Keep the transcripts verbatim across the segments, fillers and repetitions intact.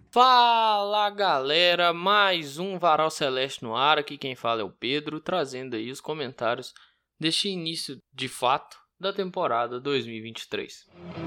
Fala galera, mais um Varal Celeste no ar, aqui quem fala é o Pedro, trazendo aí os comentários deste início de fato da temporada dois mil e vinte e três.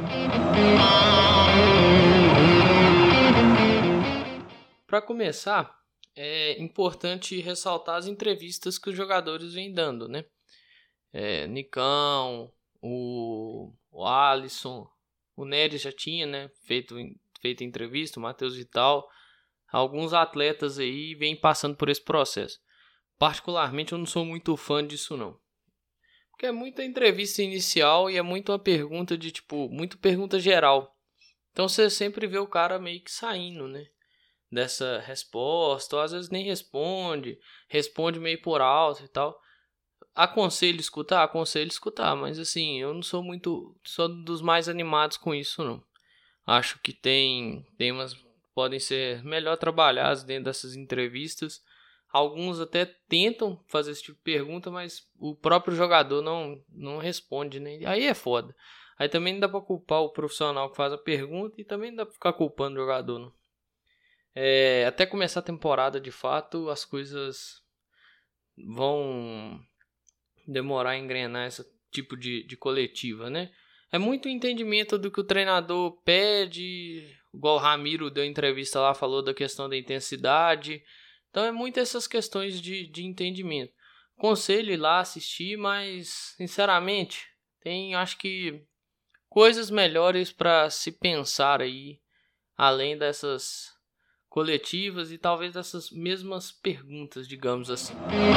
Para começar, é importante ressaltar as entrevistas que os jogadores vêm dando, né? É, Nicão, o, o Alisson, o Nery já tinha, né, feito feita entrevista, o Matheus Vital, alguns atletas aí vêm passando por esse processo. Particularmente eu não sou muito fã disso não. Porque é muita entrevista inicial e é muito uma pergunta de tipo, muito pergunta geral. Então você sempre vê o cara meio que saindo, né, dessa resposta, ou às vezes nem responde, responde meio por alto e tal. Aconselho escutar? Aconselho escutar, mas assim, eu não sou muito, sou dos mais animados com isso não. Acho que tem temas que podem ser melhor trabalhados dentro dessas entrevistas. Alguns até tentam fazer esse tipo de pergunta, mas o próprio jogador não, não responde, né? Aí é foda. Aí também não dá pra culpar o profissional que faz a pergunta e também não dá pra ficar culpando o jogador, não. É, até começar a temporada de fato, as coisas vão demorar a engrenar esse tipo de, de coletiva, né? É muito entendimento do que o treinador pede, igual o Ramiro deu entrevista lá, falou da questão da intensidade. Então é muito essas questões de, de entendimento. Conselho ir lá assistir, mas sinceramente tem acho que coisas melhores para se pensar aí, além dessas coletivas e talvez dessas mesmas perguntas, digamos assim.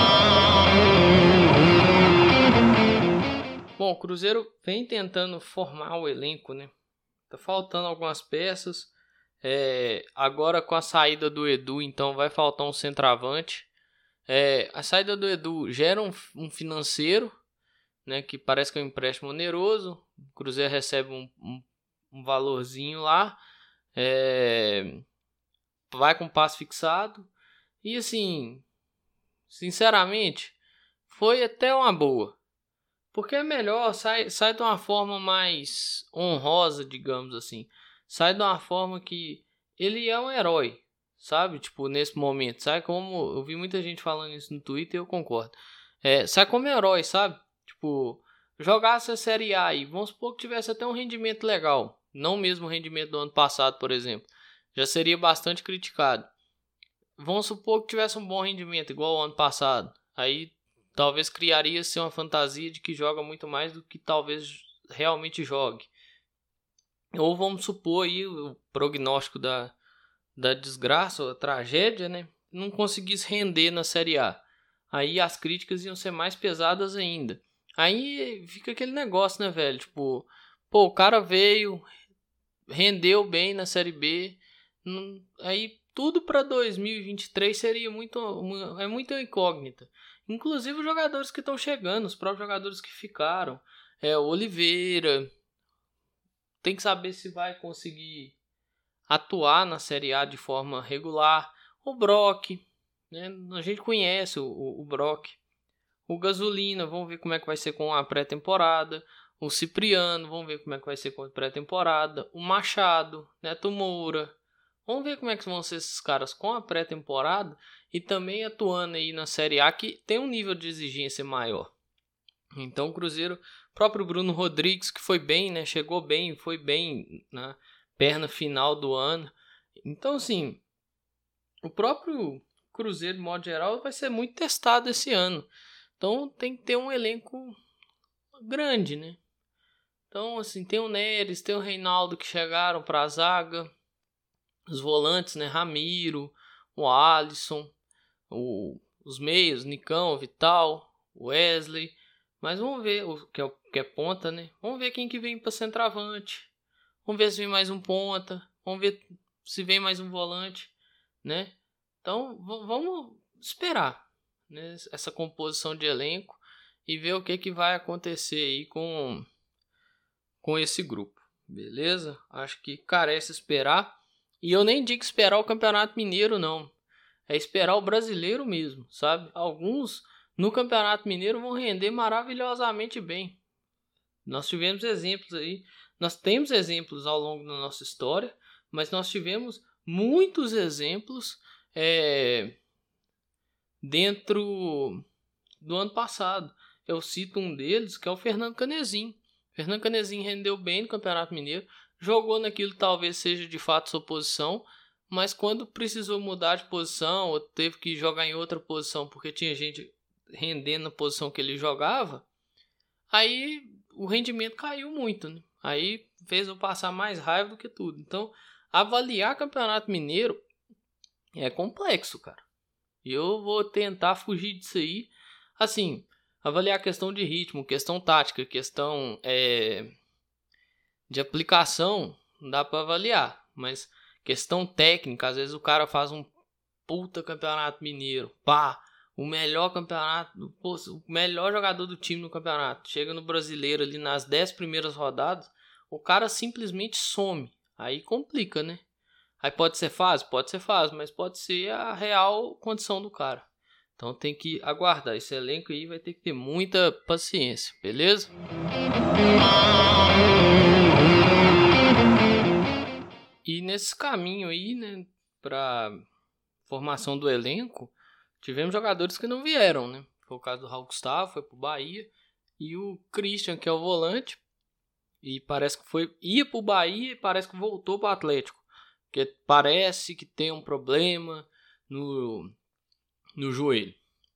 Bom, o Cruzeiro vem tentando formar o elenco, né? Tá faltando algumas peças. É, agora com a saída do Edu, então vai faltar um centroavante. É, a saída do Edu gera um, um financeiro, né? Que parece que é um empréstimo oneroso. O Cruzeiro recebe um, um, um valorzinho lá. É, vai com passe fixado. E assim, sinceramente, foi até uma boa. Porque é melhor, sai, sai de uma forma mais honrosa, digamos assim. Sai de uma forma que ele é um herói, sabe? Tipo, nesse momento. Sai como... Eu vi muita gente falando isso no Twitter e eu concordo. É, sai como herói, sabe? Tipo, jogasse a Série A e vamos supor que tivesse até um rendimento legal. Não mesmo o rendimento do ano passado, por exemplo. Já seria bastante criticado. Vamos supor que tivesse um bom rendimento, igual ao ano passado. Aí... talvez criaria-se uma fantasia de que joga muito mais do que talvez realmente jogue. Ou vamos supor aí o prognóstico da, da desgraça ou da tragédia, né? Não conseguisse render na Série A. Aí as críticas iam ser mais pesadas ainda. Aí fica aquele negócio, né, velho? Tipo, pô, o cara veio, rendeu bem na Série B. Não, aí tudo para dois mil e vinte e três seria muito, uma, é muita incógnita. Inclusive os jogadores que estão chegando, os próprios jogadores que ficaram. É, o Oliveira. Tem que saber se vai conseguir atuar na Série A de forma regular. O Brock. Né? A gente conhece o, o, o Brock. O Gasolina, vamos ver como é que vai ser com a pré-temporada. O Cipriano, vamos ver como é que vai ser com a pré-temporada. O Machado, Neto Moura. Vamos ver como é que vão ser esses caras com a pré-temporada e também atuando aí na Série A, que tem um nível de exigência maior. Então o Cruzeiro, próprio Bruno Rodrigues, que foi bem, né? Chegou bem, foi bem na perna final do ano. Então assim, o próprio Cruzeiro, de modo geral, vai ser muito testado esse ano. Então tem que ter um elenco grande, né? Então assim, tem o Neres, tem o Reinaldo que chegaram para a zaga. Os volantes, né? Ramiro, o Alisson, o, os meios, Nicão, Vital, Wesley. Mas vamos ver, o, que, é, o, que é ponta, né? Vamos ver quem que vem para centroavante. Vamos ver se vem mais um ponta. Vamos ver se vem mais um volante, né? Então v- vamos esperar, né? Essa composição de elenco e ver o que, que vai acontecer aí com, com esse grupo. Beleza? Acho que carece esperar. E eu nem digo esperar o Campeonato Mineiro, não. É esperar o brasileiro mesmo, sabe? Alguns no Campeonato Mineiro vão render maravilhosamente bem. Nós tivemos exemplos aí. Nós temos exemplos ao longo da nossa história, mas nós tivemos muitos exemplos é, dentro do ano passado. Eu cito um deles, que é o Fernando Canezinho. Fernando Canezinho rendeu bem no Campeonato Mineiro, jogou naquilo que talvez seja de fato sua posição, mas quando precisou mudar de posição, ou teve que jogar em outra posição porque tinha gente rendendo na posição que ele jogava, aí o rendimento caiu muito, né? Aí fez eu passar mais raiva do que tudo. Então, avaliar Campeonato Mineiro é complexo, cara. E eu vou tentar fugir disso aí. Assim, avaliar questão de ritmo, questão tática, questão é, de aplicação, não dá pra avaliar. Mas questão técnica, às vezes o cara faz um puta Campeonato Mineiro. Pá, o melhor campeonato, pô, o melhor jogador do time no campeonato. Chega no Brasileiro ali nas dez primeiras rodadas, o cara simplesmente some. Aí complica, né? Aí pode ser fácil? Pode ser fácil, mas pode ser a real condição do cara. Então tem que aguardar. Esse elenco aí vai ter que ter muita paciência, beleza? E nesse caminho aí, né, pra formação do elenco, tivemos jogadores que não vieram, né? Foi o caso do Raul Gustavo, foi pro Bahia. E o Christian, que é o volante, e parece que foi ia pro Bahia e parece que voltou pro Atlético. Porque parece que tem um problema no, no joelho.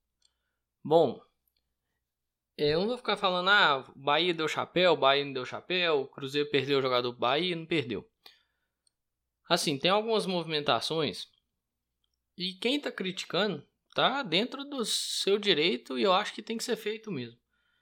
Bom, eu não vou ficar falando, ah, Bahia deu chapéu, Bahia não deu chapéu, Cruzeiro perdeu o jogador do Bahia, não perdeu. Assim, tem algumas movimentações e quem tá criticando tá dentro do seu direito e eu acho que tem que ser feito mesmo.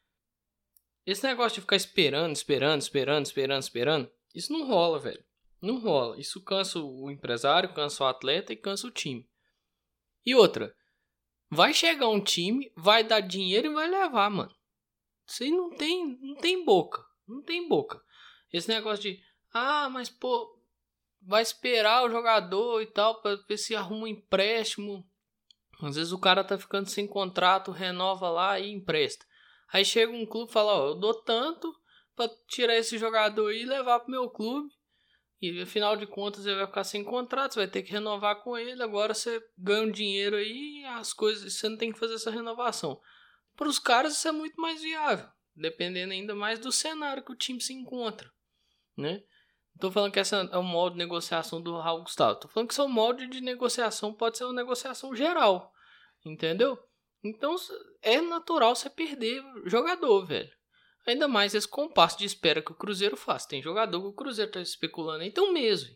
Esse negócio de ficar esperando, esperando, esperando, esperando, esperando, isso não rola, velho. Não rola. Isso cansa o empresário, cansa o atleta e cansa o time. E outra, vai chegar um time, vai dar dinheiro e vai levar, mano. Isso aí não tem, não tem boca. Não tem boca. Esse negócio de, ah, mas pô, vai esperar o jogador e tal pra ver se arruma um empréstimo. Às vezes o cara tá ficando sem contrato, renova lá e empresta. Aí chega um clube e fala, ó, eu dou tanto pra tirar esse jogador aí e levar pro meu clube. E afinal de contas ele vai ficar sem contrato, você vai ter que renovar com ele. Agora você ganha um dinheiro aí e as coisas, você não tem que fazer essa renovação. Para os caras isso é muito mais viável, dependendo ainda mais do cenário que o time se encontra, né? Não tô falando que esse é o molde de negociação do Raul Gustavo. Tô falando que seu molde de negociação pode ser uma negociação geral, entendeu? Então é natural você perder jogador, velho. Ainda mais esse compasso de espera que o Cruzeiro faz. Tem jogador que o Cruzeiro tá especulando aí, então mesmo.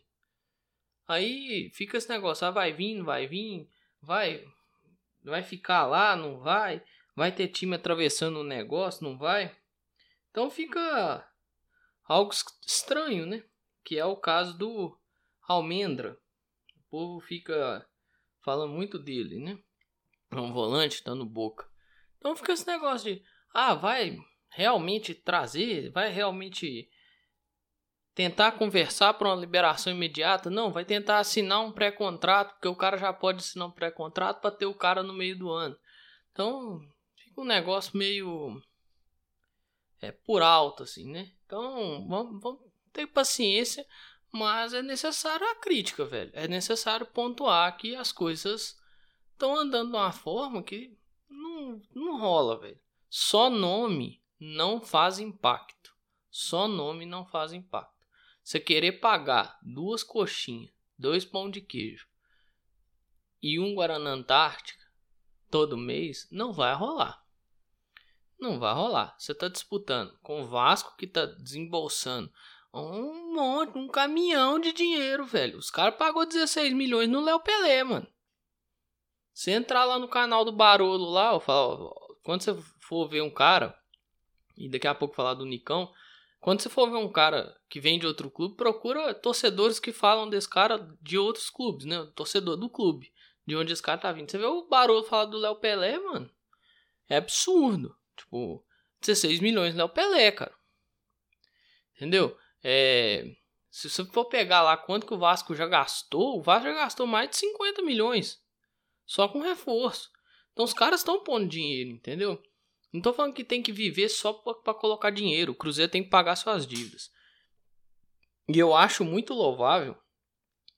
Aí fica esse negócio, ah, vai vir, não vai vir, vai, vai ficar lá, não vai, vai ter time atravessando o negócio, não vai. Então fica algo estranho, né? Que é o caso do Almendra. O povo fica falando muito dele, né? É um volante, tá no Boca. Então fica esse negócio de, ah, vai realmente trazer, vai realmente tentar conversar para uma liberação imediata? Não, vai tentar assinar um pré-contrato, porque o cara já pode assinar um pré-contrato para ter o cara no meio do ano. Então, fica um negócio meio é, por alto, assim, né? Então, vamos, vamos ter paciência, mas é necessário a crítica, velho. É necessário pontuar que as coisas estão andando de uma forma que não, não rola, velho. Só nome não faz impacto. Só nome não faz impacto. Você querer pagar duas coxinhas, dois pão de queijo e um Guaraná Antártica todo mês, não vai rolar. Não vai rolar. Você está disputando com o Vasco que está desembolsando um monte, um caminhão de dinheiro, velho. Os caras pagou dezesseis milhões no Léo Pelé, mano. Você entrar lá no canal do Barolo lá, eu falo, quando você for ver um cara, e daqui a pouco falar do Nicão, quando você for ver um cara que vem de outro clube, procura torcedores que falam desse cara de outros clubes, né? Torcedor do clube, de onde esse cara tá vindo. Você vê o Barolo falar do Léo Pelé, mano, é absurdo. Tipo, dezesseis milhões Léo Pelé, cara. Entendeu? É... Se você for pegar lá quanto que o Vasco já gastou, o Vasco já gastou mais de cinquenta milhões. Só com reforço. Então os caras estão pondo dinheiro, entendeu? Não tô falando que tem que viver só para colocar dinheiro. O Cruzeiro tem que pagar suas dívidas. E eu acho muito louvável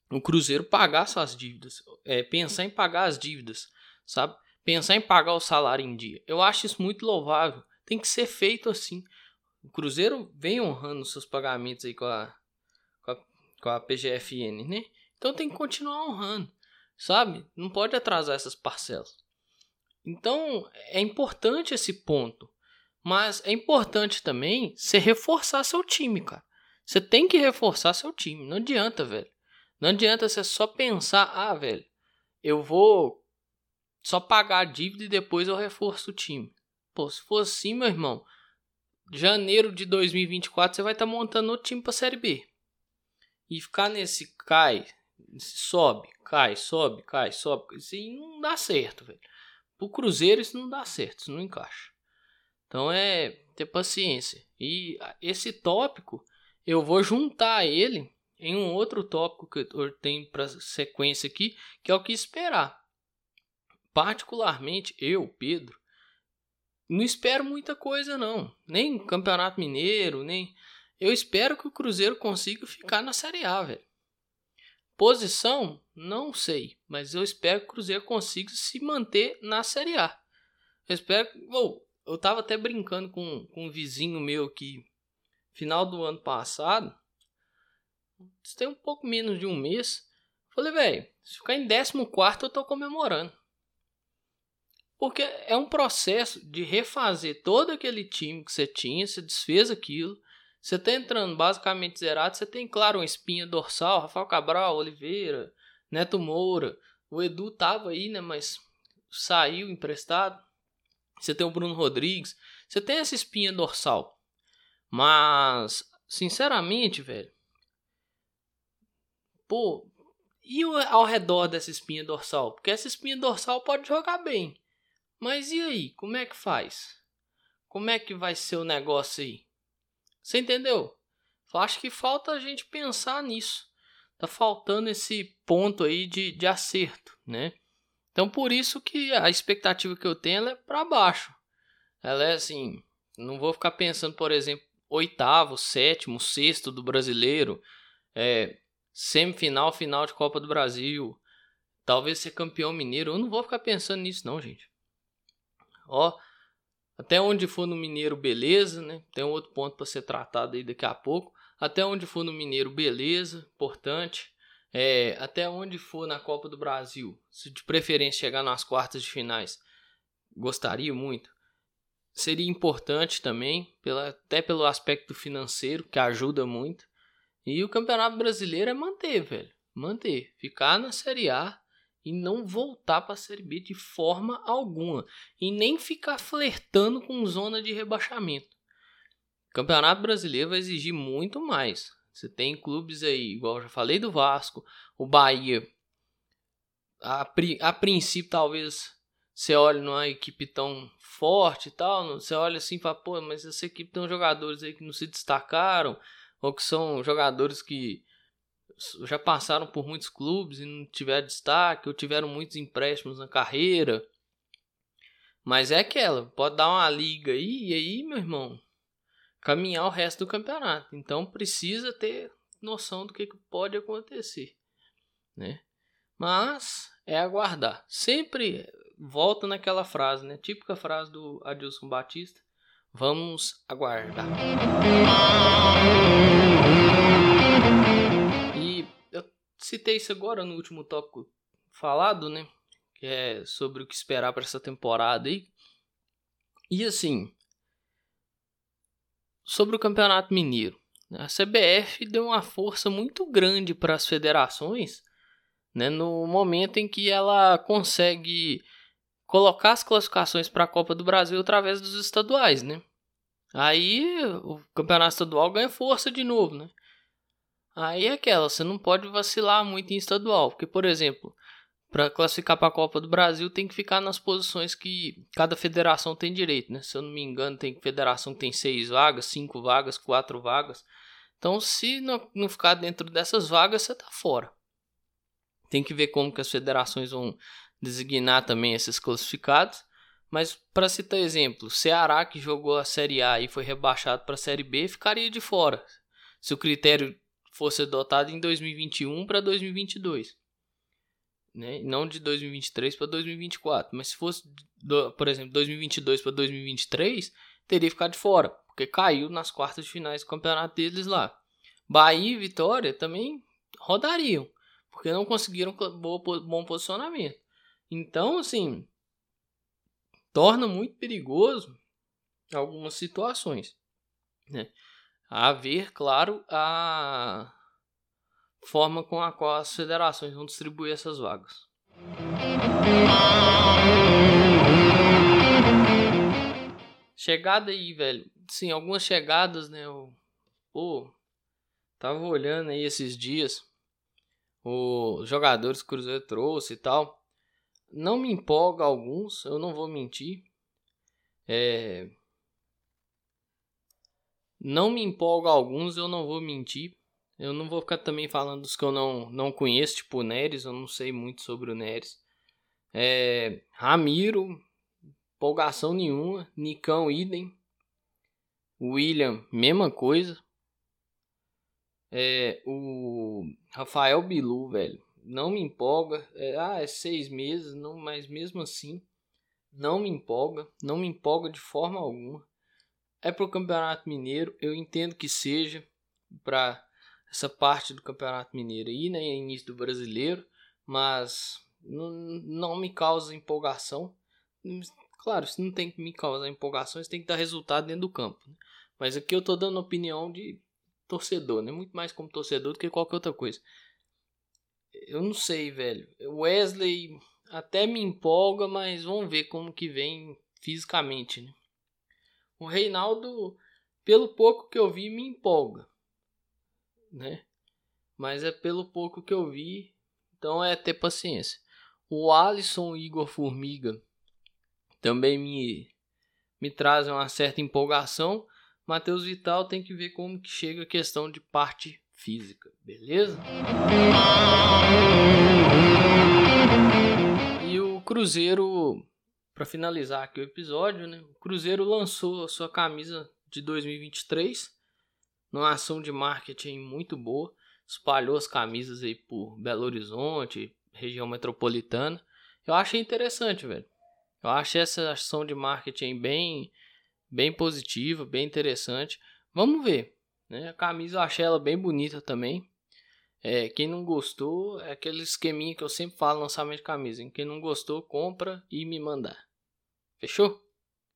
o Cruzeiro pagar suas dívidas, é, pensar em pagar as dívidas, sabe? Pensar em pagar o salário em dia. Eu acho isso muito louvável. Tem que ser feito assim. O Cruzeiro vem honrando seus pagamentos aí com a, com a, com a P G F N, né? Então tem que continuar honrando, sabe? Não pode atrasar essas parcelas. Então é importante esse ponto. Mas é importante também você reforçar seu time, cara. Você tem que reforçar seu time. Não adianta, velho. Não adianta você só pensar, ah, velho, eu vou só pagar a dívida e depois eu reforço o time. Pô, se for assim, meu irmão, janeiro de dois mil e vinte e quatro você vai estar tá montando outro time pra Série B. E ficar nesse cai, sobe, cai, sobe, cai, sobe. Isso aí não dá certo, velho. Pro Cruzeiro isso não dá certo, isso não encaixa. Então é ter paciência. E esse tópico eu vou juntar ele em um outro tópico que eu tenho para sequência aqui, que é o que esperar. Particularmente eu, Pedro, não espero muita coisa não. Nem Campeonato Mineiro, nem... Eu espero que o Cruzeiro consiga ficar na Série A, velho. Posição, não sei. Mas eu espero que o Cruzeiro consiga se manter na Série A. Eu espero que... Oh, eu tava até brincando com, com um vizinho meu que... Final do ano passado... Isso tem um pouco menos de um mês. Falei, velho, se ficar em décimo quarto eu tô comemorando. Porque é um processo de refazer todo aquele time que você tinha, você desfez aquilo, você tá entrando basicamente zerado, você tem, claro, uma espinha dorsal, Rafael Cabral, Oliveira, Neto Moura, o Edu tava aí, né, mas saiu emprestado, você tem o Bruno Rodrigues, você tem essa espinha dorsal, mas, sinceramente, velho, pô, e ao redor dessa espinha dorsal? Porque essa espinha dorsal pode jogar bem. Mas e aí? Como é que faz? Como é que vai ser o negócio aí? Você entendeu? Eu acho que falta a gente pensar nisso. Tá faltando esse ponto aí de, de acerto, né? Então por isso que a expectativa que eu tenho ela é para baixo. Ela é assim, não vou ficar pensando, por exemplo, oitavo, sétimo, sexto do brasileiro, é, semifinal, final de Copa do Brasil, talvez ser campeão mineiro. Eu não vou ficar pensando nisso não, gente. Ó, até onde for no Mineiro, beleza, né? Tem um outro ponto para ser tratado aí daqui a pouco. Até onde for no Mineiro, beleza, importante. É, até onde for na Copa do Brasil, se de preferência chegar nas quartas de finais, gostaria muito. Seria importante também, pela, até pelo aspecto financeiro, que ajuda muito. E o Campeonato Brasileiro é manter, velho. Manter, ficar na Série A. E não voltar para a Série B de forma alguma. E nem ficar flertando com zona de rebaixamento. O Campeonato Brasileiro vai exigir muito mais. Você tem clubes aí, igual eu já falei do Vasco, o Bahia. A, a princípio, talvez você olhe numa equipe tão forte e tal. Você olha assim e fala, pô, mas essa equipe tem jogadores aí que não se destacaram. Ou que são jogadores que já passaram por muitos clubes e não tiveram destaque, ou tiveram muitos empréstimos na carreira. Mas é aquela, pode dar uma liga aí, e aí, meu irmão, caminhar o resto do campeonato. Então precisa ter noção do que pode acontecer, né? Mas é aguardar. Sempre volta naquela frase, né? Típica frase do Adilson Batista. Vamos aguardar. E eu citei isso agora no último tópico falado, né? Que é sobre o que esperar para essa temporada aí. E assim, sobre o Campeonato Mineiro, a C B F deu uma força muito grande para as federações, né, no momento em que ela consegue colocar as classificações para a Copa do Brasil através dos estaduais, né? Aí o Campeonato Estadual ganha força de novo, né? Aí é aquela, você não pode vacilar muito em estadual, porque, por exemplo, para classificar para a Copa do Brasil tem que ficar nas posições que cada federação tem direito, né? Se eu não me engano, tem federação que tem seis vagas, cinco vagas, quatro vagas. Então, se não, não ficar dentro dessas vagas, você tá fora. Tem que ver como que as federações vão designar também esses classificados. Mas, para citar exemplo, Ceará, que jogou a Série A e foi rebaixado para a Série B, ficaria de fora. Se o critério fosse adotado em dois mil e vinte e um para dois mil e vinte e dois. Né? Não de dois mil e vinte e três para dois mil e vinte e quatro. Mas se fosse, do, por exemplo, dois mil e vinte e dois para dois mil e vinte e três, teria ficado de fora. Porque caiu nas quartas de finais do campeonato deles lá. Bahia e Vitória também rodariam. Porque não conseguiram boa, bom posicionamento. Então, assim, torna muito perigoso algumas situações. Né? A ver, claro, a forma com a qual as federações vão distribuir essas vagas. Chegada aí, velho. Sim, algumas chegadas, né? Eu, pô, tava olhando aí esses dias os jogadores que o Cruzeiro trouxe e tal. Não me empolga alguns, eu não vou mentir. É... Não me empolga alguns, eu não vou mentir. Eu não vou ficar também falando dos que eu não, não conheço, tipo o Neres, eu não sei muito sobre o Neres. É, Ramiro, empolgação nenhuma. Nicão, idem. William, mesma coisa. É, o Rafael Bilu, velho, não me empolga. É, ah, é seis meses, não, mas mesmo assim, não me empolga. Não me empolga de forma alguma. É pro Campeonato Mineiro, eu entendo que seja para essa parte do Campeonato Mineiro aí, né, início do Brasileiro, mas não, não me causa empolgação. Claro, se não tem que me causar empolgação, isso tem que dar resultado dentro do campo, né? Mas aqui eu tô dando opinião de torcedor, né, muito mais como torcedor do que qualquer outra coisa. Eu não sei, velho. Wesley até me empolga, mas vamos ver como que vem fisicamente, né? O Reinaldo, pelo pouco que eu vi, me empolga, né? Mas é pelo pouco que eu vi, então é ter paciência. O Alisson e Igor Formiga também me, me trazem uma certa empolgação. Matheus Vital tem que ver como que chega a questão de parte física, beleza? E o Cruzeiro, para finalizar aqui o episódio, né? O Cruzeiro lançou a sua camisa de dois mil e vinte e três numa ação de marketing muito boa. Espalhou as camisas aí por Belo Horizonte, região metropolitana. Eu achei interessante, velho. Eu achei essa ação de marketing bem, bem positiva, bem interessante. Vamos ver, né? A camisa eu achei ela bem bonita também. É, quem não gostou, é aquele esqueminha que eu sempre falo no lançamento de camisa. Hein? Quem não gostou, compra e me mandar. Fechou?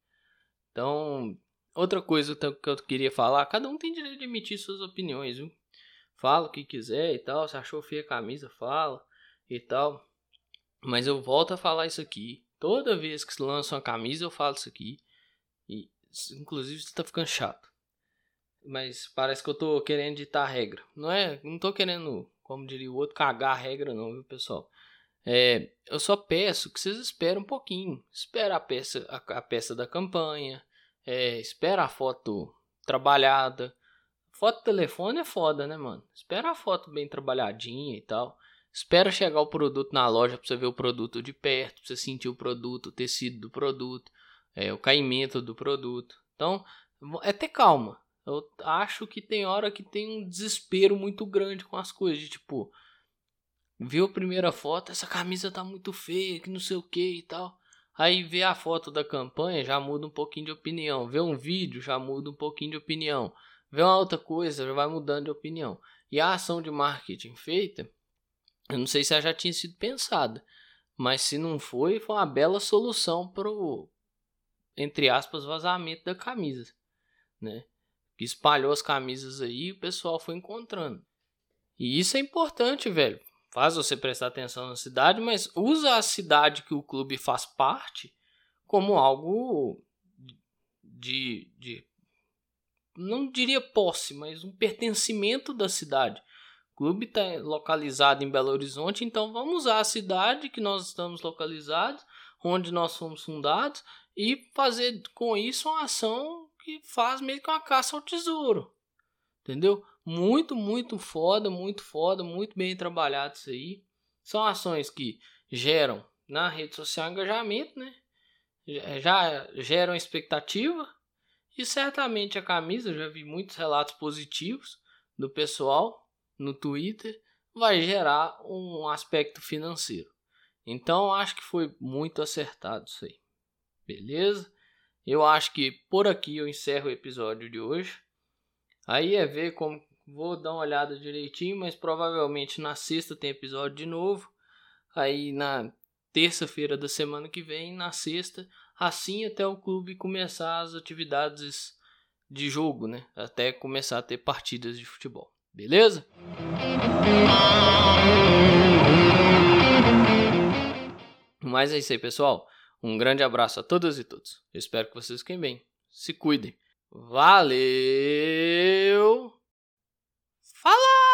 Então, outra coisa que eu queria falar, cada um tem direito de emitir suas opiniões, viu? Fala o que quiser e tal, se achou feia a camisa, fala e tal. Mas eu volto a falar isso aqui. Toda vez que se lança uma camisa, eu falo isso aqui. E, inclusive, isso tá ficando chato. Mas parece que eu tô querendo ditar a regra. Não é? Não tô querendo, como diria o outro, cagar a regra não, viu, pessoal? É, eu só peço que vocês esperem um pouquinho. Espera a peça, a, a peça da campanha. É, espera a foto trabalhada. Foto do telefone é foda, né, mano? Espera a foto bem trabalhadinha e tal. Espera chegar o produto na loja pra você ver o produto de perto, pra você sentir o produto, o tecido do produto, é, o caimento do produto. Então, é ter calma. Eu acho que tem hora que tem um desespero muito grande com as coisas. De, tipo, viu a primeira foto, essa camisa tá muito feia, que não sei o que e tal. Aí vê a foto da campanha, já muda um pouquinho de opinião. Vê um vídeo, já muda um pouquinho de opinião. Vê uma outra coisa, já vai mudando de opinião. E a ação de marketing feita, eu não sei se ela já tinha sido pensada, mas se não foi, foi uma bela solução para o, entre aspas, vazamento da camisa, né? Que espalhou as camisas aí e o pessoal foi encontrando. E isso é importante, velho. Faz você prestar atenção na cidade, mas usa a cidade que o clube faz parte como algo de... de não diria posse, mas um pertencimento da cidade. O clube está localizado em Belo Horizonte, então vamos usar a cidade que nós estamos localizados, onde nós fomos fundados, e fazer com isso uma ação que faz meio que uma caça ao tesouro. Entendeu? Muito, muito foda, muito foda, muito bem trabalhado isso aí. São ações que geram na rede social engajamento, né? Já geram expectativa. E certamente a camisa, eu já vi muitos relatos positivos do pessoal, no Twitter, vai gerar um aspecto financeiro. Então acho que foi muito acertado isso aí. Beleza? Eu acho que por aqui eu encerro o episódio de hoje. Aí é ver como... Vou dar uma olhada direitinho, mas provavelmente na sexta tem episódio de novo. Aí na terça-feira da semana que vem, na sexta, assim até o clube começar as atividades de jogo, né? Até começar a ter partidas de futebol. Beleza? Mas é isso aí, pessoal. Um grande abraço a todas e todos. Eu espero que vocês fiquem bem. Se cuidem. Valeu! Fala!